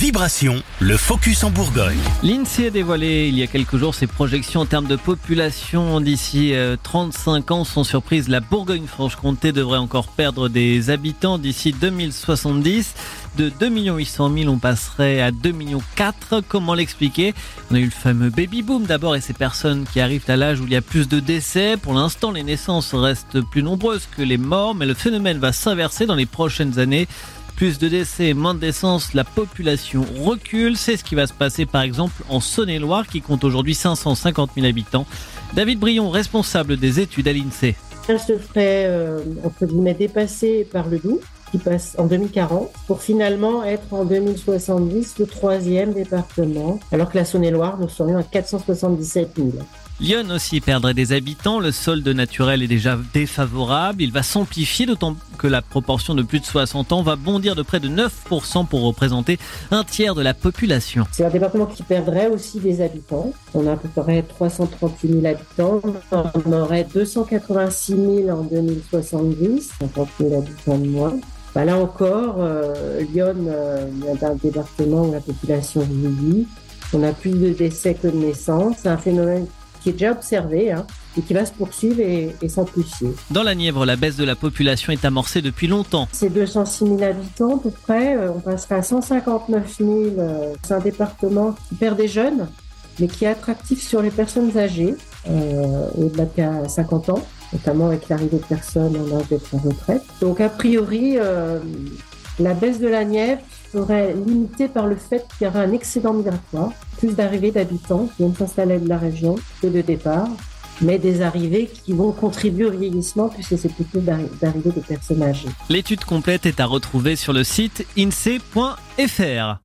Vibration, le focus en Bourgogne. L'INSEE a dévoilé il y a quelques jours ses projections en termes de population. D'ici 35 ans, sans surprise, la Bourgogne-Franche-Comté devrait encore perdre des habitants d'ici 2070. De 2 800 000, on passerait à 2,4 millions. Comment l'expliquer ? On a eu le fameux baby-boom d'abord et ces personnes qui arrivent à l'âge où il y a plus de décès. Pour l'instant, les naissances restent plus nombreuses que les morts, mais le phénomène va s'inverser dans les prochaines années. Plus de décès, moins de naissances, la population recule. C'est ce qui va se passer par exemple en Saône-et-Loire qui compte aujourd'hui 550 000 habitants. David Brion, responsable des études à l'INSEE. Elle se ferait, entre guillemets, dépasser par le Doubs, qui passe en 2040, pour finalement être en 2070 le 3e département, alors que la Saône-et-Loire, nous serions à 477 000. Lyon aussi perdrait des habitants, le solde naturel est déjà défavorable, il va s'amplifier d'autant que la proportion de plus de 60 ans va bondir de près de 9% pour représenter un tiers de la population. C'est un département qui perdrait aussi des habitants, on a à peu près 338 000 habitants, on aurait 286 000 en 2070, 50 000 habitants de moins. Là encore, Lyon est un département où la population vieillit, on a plus de décès que de naissances, c'est un phénomène qui est déjà observé et qui va se poursuivre et s'amplifier. Dans la Nièvre, la baisse de la population est amorcée depuis longtemps. C'est 206 000 habitants à peu près, on passera à 159 000. C'est un département qui perd des jeunes, mais qui est attractif sur les personnes âgées, au-delà de 50 ans, notamment avec l'arrivée de personnes en âge d'être en retraite. Donc a priori, la baisse de la Nièvre serait limitée par le fait qu'il y aura un excédent migratoire, plus d'arrivées d'habitants qui viennent s'installer de la région que de départ, mais des arrivées qui vont contribuer au vieillissement puisque c'est plutôt d'arrivées de personnes âgées. L'étude complète est à retrouver sur le site insee.fr.